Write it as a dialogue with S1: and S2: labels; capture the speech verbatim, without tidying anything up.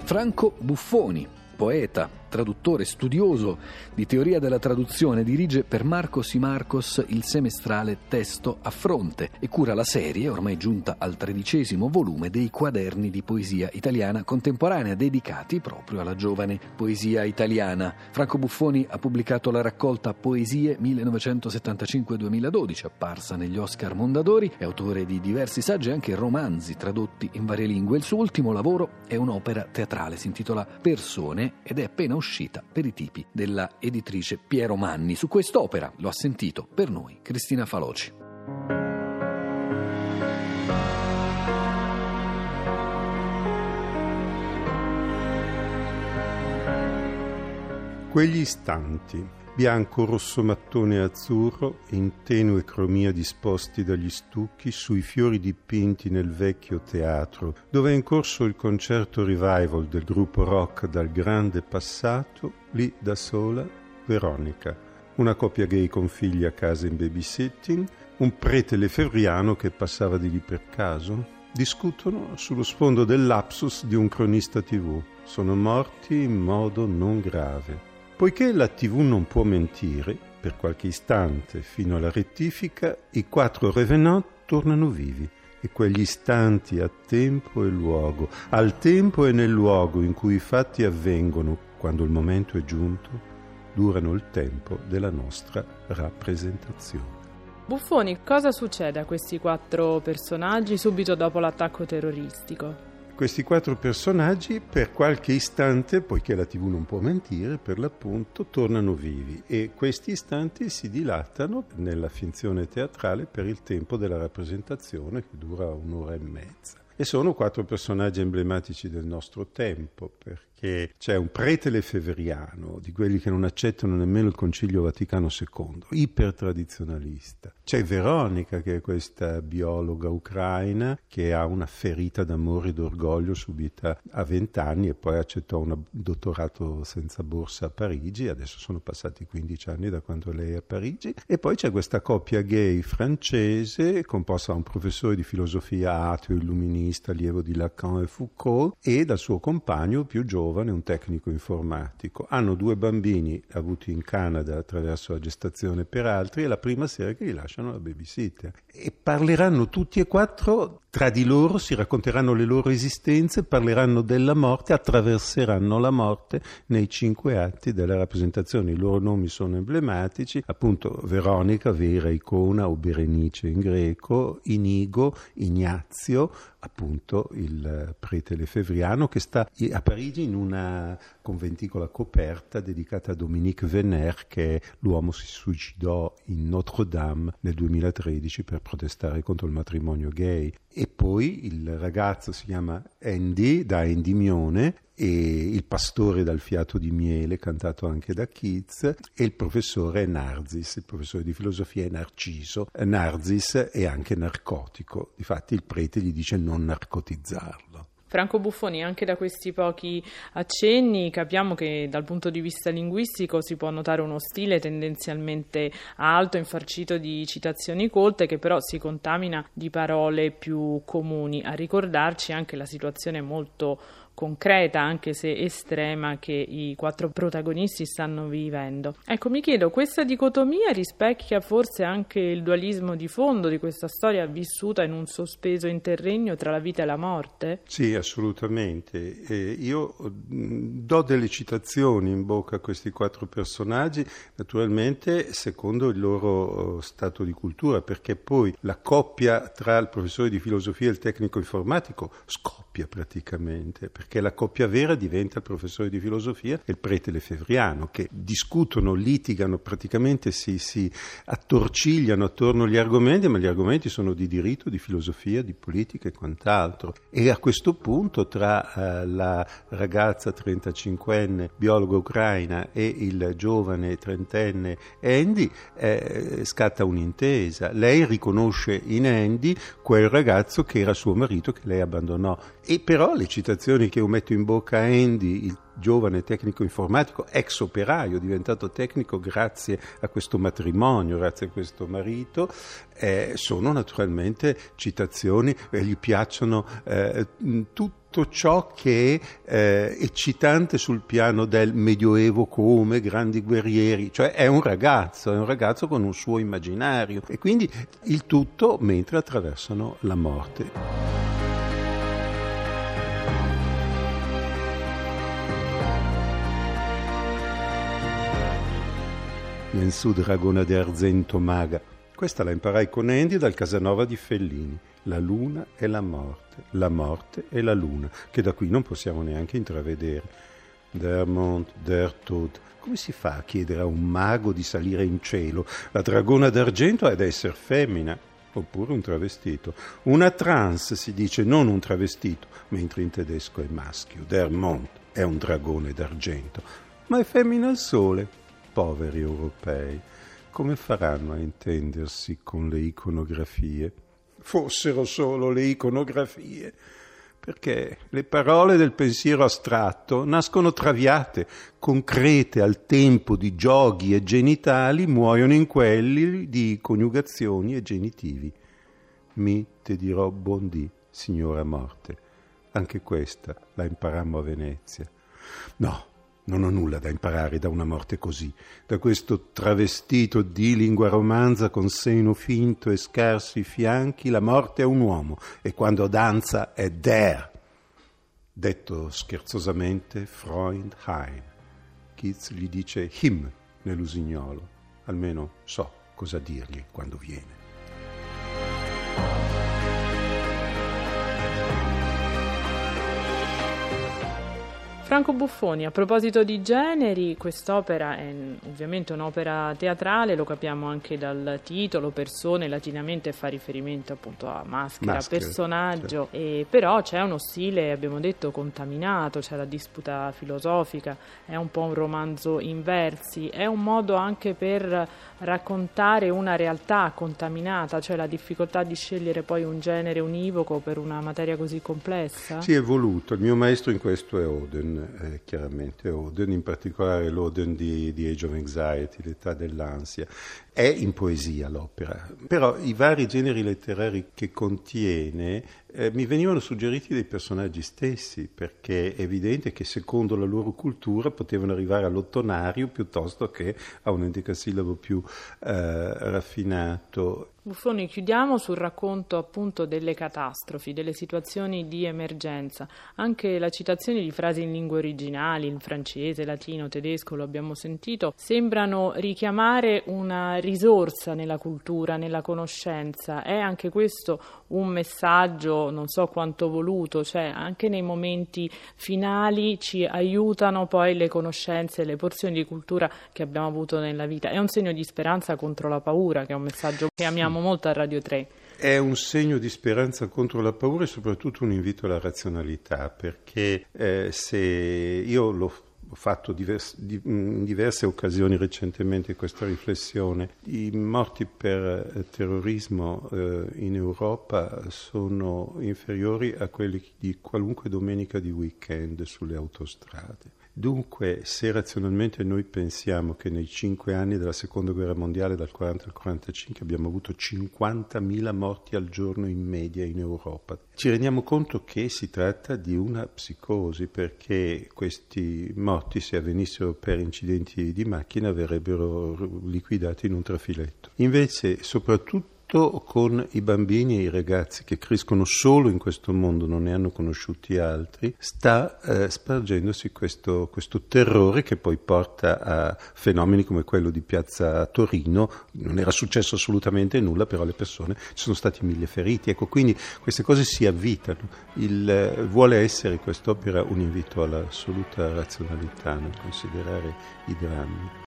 S1: Franco Buffoni, poeta, traduttore, studioso di teoria della traduzione, dirige per Marcos y Marcos il semestrale Testo a Fronte e cura la serie, ormai giunta al tredicesimo volume, dei quaderni di poesia italiana contemporanea dedicati proprio alla giovane poesia italiana. Franco Buffoni ha pubblicato la raccolta Poesie millenovecentosettantacinque duemiladodici, apparsa negli Oscar Mondadori, è autore di diversi saggi e anche romanzi tradotti in varie lingue. Il suo ultimo lavoro è un'opera teatrale, si intitola Persone ed è appena uscita per i tipi della editrice Piero Manni. Su quest'opera lo ha sentito per noi Cristina Faloci.
S2: Quegli istanti, bianco, rosso, mattone e azzurro, in tenue cromia disposti dagli stucchi sui fiori dipinti nel vecchio teatro, dove è in corso il concerto revival del gruppo rock dal grande passato, lì da sola Veronica, una coppia gay con figli a casa in babysitting, un prete lefebvriano che passava di lì per caso. Discutono sullo sfondo del lapsus di un cronista tivù. Sono morti in modo non grave. Poiché la tivù non può mentire, per qualche istante fino alla rettifica, i quattro revenant tornano vivi e quegli istanti a tempo e luogo, al tempo e nel luogo in cui i fatti avvengono, quando il momento è giunto, durano il tempo della nostra rappresentazione.
S3: Buffoni, cosa succede a questi quattro personaggi subito dopo l'attacco terroristico?
S2: Questi quattro personaggi per qualche istante, poiché la tivù non può mentire, per l'appunto tornano vivi e questi istanti si dilatano nella finzione teatrale per il tempo della rappresentazione che dura un'ora e mezza. E sono quattro personaggi emblematici del nostro tempo, perché c'è un prete lefebvriano, di quelli che non accettano nemmeno il Concilio Vaticano secondo, ipertradizionalista. C'è Veronica, che è questa biologa ucraina, che ha una ferita d'amore e d'orgoglio subita a vent'anni e poi accettò un dottorato senza borsa a Parigi, adesso sono passati quindici anni da quando lei è a Parigi. E poi c'è questa coppia gay francese, composta da un professore di filosofia ateo illuminista, allievo di Lacan e Foucault, e dal suo compagno più giovane, un tecnico informatico. Hanno due bambini avuti in Canada attraverso la gestazione per altri e la prima sera che li lasciano la babysitter. E parleranno tutti e quattro tra di loro, si racconteranno le loro esistenze, parleranno della morte, attraverseranno la morte nei cinque atti della rappresentazione. I loro nomi sono emblematici, appunto Veronica, vera icona, o Berenice in greco, Inigo, Ignazio, appunto il prete lefebvriano che sta a Parigi in una conventicola coperta dedicata a Dominique Venner, che è l'uomo che si suicidò in Notre Dame nel duemilatredici per protestare contro il matrimonio gay. E poi il ragazzo si chiama Andy, da Endymione, e il pastore dal fiato di miele, cantato anche da Keats, e il professore è Narcis, il professore di filosofia è Narciso. Narcis è anche narcotico, difatti il prete gli dice non narcotizzarlo.
S3: Franco Buffoni, anche da questi pochi accenni capiamo che dal punto di vista linguistico si può notare uno stile tendenzialmente alto, infarcito di citazioni colte, che però si contamina di parole più comuni, a ricordarci anche la situazione molto concreta, anche se estrema, che i quattro protagonisti stanno vivendo. Ecco, mi chiedo, questa dicotomia rispecchia forse anche il dualismo di fondo di questa storia vissuta in un sospeso interregno tra la vita e la morte?
S2: Sì, assolutamente. Eh, io mh, do delle citazioni in bocca a questi quattro personaggi, naturalmente secondo il loro uh, stato di cultura, perché poi la coppia tra il professore di filosofia e il tecnico informatico scoppia praticamente, perché la coppia vera diventa il professore di filosofia e il prete lefebvriano, che discutono, litigano, praticamente si, si attorcigliano attorno agli argomenti, ma gli argomenti sono di diritto, di filosofia, di politica e quant'altro. E a questo punto tra uh, la ragazza trentacinquenne biologa ucraina e il giovane trentenne Andy eh, scatta un'intesa. Lei riconosce in Andy quel ragazzo che era suo marito, che lei abbandonò. E però le citazioni che io metto in bocca a Andy, il giovane tecnico informatico, ex operaio, diventato tecnico grazie a questo matrimonio, grazie a questo marito, eh, sono naturalmente citazioni, eh, gli piacciono eh, tutti tutto ciò che è eh, eccitante sul piano del Medioevo come grandi guerrieri, cioè è un ragazzo, è un ragazzo con un suo immaginario e quindi il tutto mentre attraversano la morte. Nel dragona d'argento maga. Questa la imparai con Andy dal Casanova di Fellini. La luna e la morte, la morte e la luna, che da qui non possiamo neanche intravedere. Der Mond, der Tod. Come si fa a chiedere a un mago di salire in cielo? La dragona d'argento è da essere femmina, oppure un travestito. Una trans si dice, non un travestito, mentre in tedesco è maschio. Der Mond è un dragone d'argento, ma è femmina al sole. Poveri europei, come faranno a intendersi con le iconografie? Fossero solo le iconografie, perché le parole del pensiero astratto nascono traviate, concrete al tempo di giochi e genitali, muoiono in quelli di coniugazioni e genitivi. Mi te dirò buondì, signora morte. Anche questa la imparammo a Venezia. No, non ho nulla da imparare da una morte così, da questo travestito di lingua romanza con seno finto e scarsi fianchi. La morte è un uomo e quando danza è der. Detto scherzosamente Freund Hein. Keats gli dice him nell'usignolo, almeno so cosa dirgli quando viene.
S3: Franco Buffoni, a proposito di generi, quest'opera è ovviamente un'opera teatrale, lo capiamo anche dal titolo, persone, latinamente fa riferimento appunto a maschera, maschera personaggio, certo. E però c'è uno stile, abbiamo detto, contaminato, c'è la disputa filosofica, è un po' un romanzo in versi, è un modo anche per raccontare una realtà contaminata, cioè la difficoltà di scegliere poi un genere univoco per una materia così complessa?
S2: Sì, è voluto. Il mio maestro in questo è Auden. Eh, chiaramente Auden, in particolare l'Auden di, di Age of Anxiety, l'età dell'ansia. È in poesia l'opera, però i vari generi letterari che contiene eh, mi venivano suggeriti dai personaggi stessi, perché è evidente che secondo la loro cultura potevano arrivare all'ottonario piuttosto che a un endecasillabo più eh, raffinato.
S3: Buffoni, chiudiamo sul racconto appunto delle catastrofi, delle situazioni di emergenza. Anche la citazione di frasi in lingue originali, in francese, latino, tedesco, lo abbiamo sentito, sembrano richiamare una risorsa nella cultura, nella conoscenza. È anche questo un messaggio, non so quanto voluto, cioè anche nei momenti finali ci aiutano poi le conoscenze, le porzioni di cultura che abbiamo avuto nella vita. È un segno di speranza contro la paura, che è un messaggio che amiamo molto a Radio tre.
S2: È un segno di speranza contro la paura e soprattutto un invito alla razionalità, perché eh, se io l'ho ho fatto divers, di, in diverse occasioni recentemente questa riflessione, i morti per eh, terrorismo eh, in Europa sono inferiori a quelli di qualunque domenica di weekend sulle autostrade. Dunque, se razionalmente noi pensiamo che nei cinque anni della seconda guerra mondiale, dal quaranta al quarantacinque, abbiamo avuto cinquantamila morti al giorno in media in Europa, ci rendiamo conto che si tratta di una psicosi, perché questi morti, se avvenissero per incidenti di macchina, verrebbero liquidati in un trafiletto. Invece, soprattutto con i bambini e i ragazzi che crescono solo in questo mondo, non ne hanno conosciuti altri, sta eh, spargendosi questo, questo terrore che poi porta a fenomeni come quello di Piazza Torino. Non era successo assolutamente nulla, però le persone, ci sono stati mille feriti. Ecco, quindi queste cose si avvitano. Il, eh, vuole essere quest'opera un invito all'assoluta razionalità nel considerare i drammi.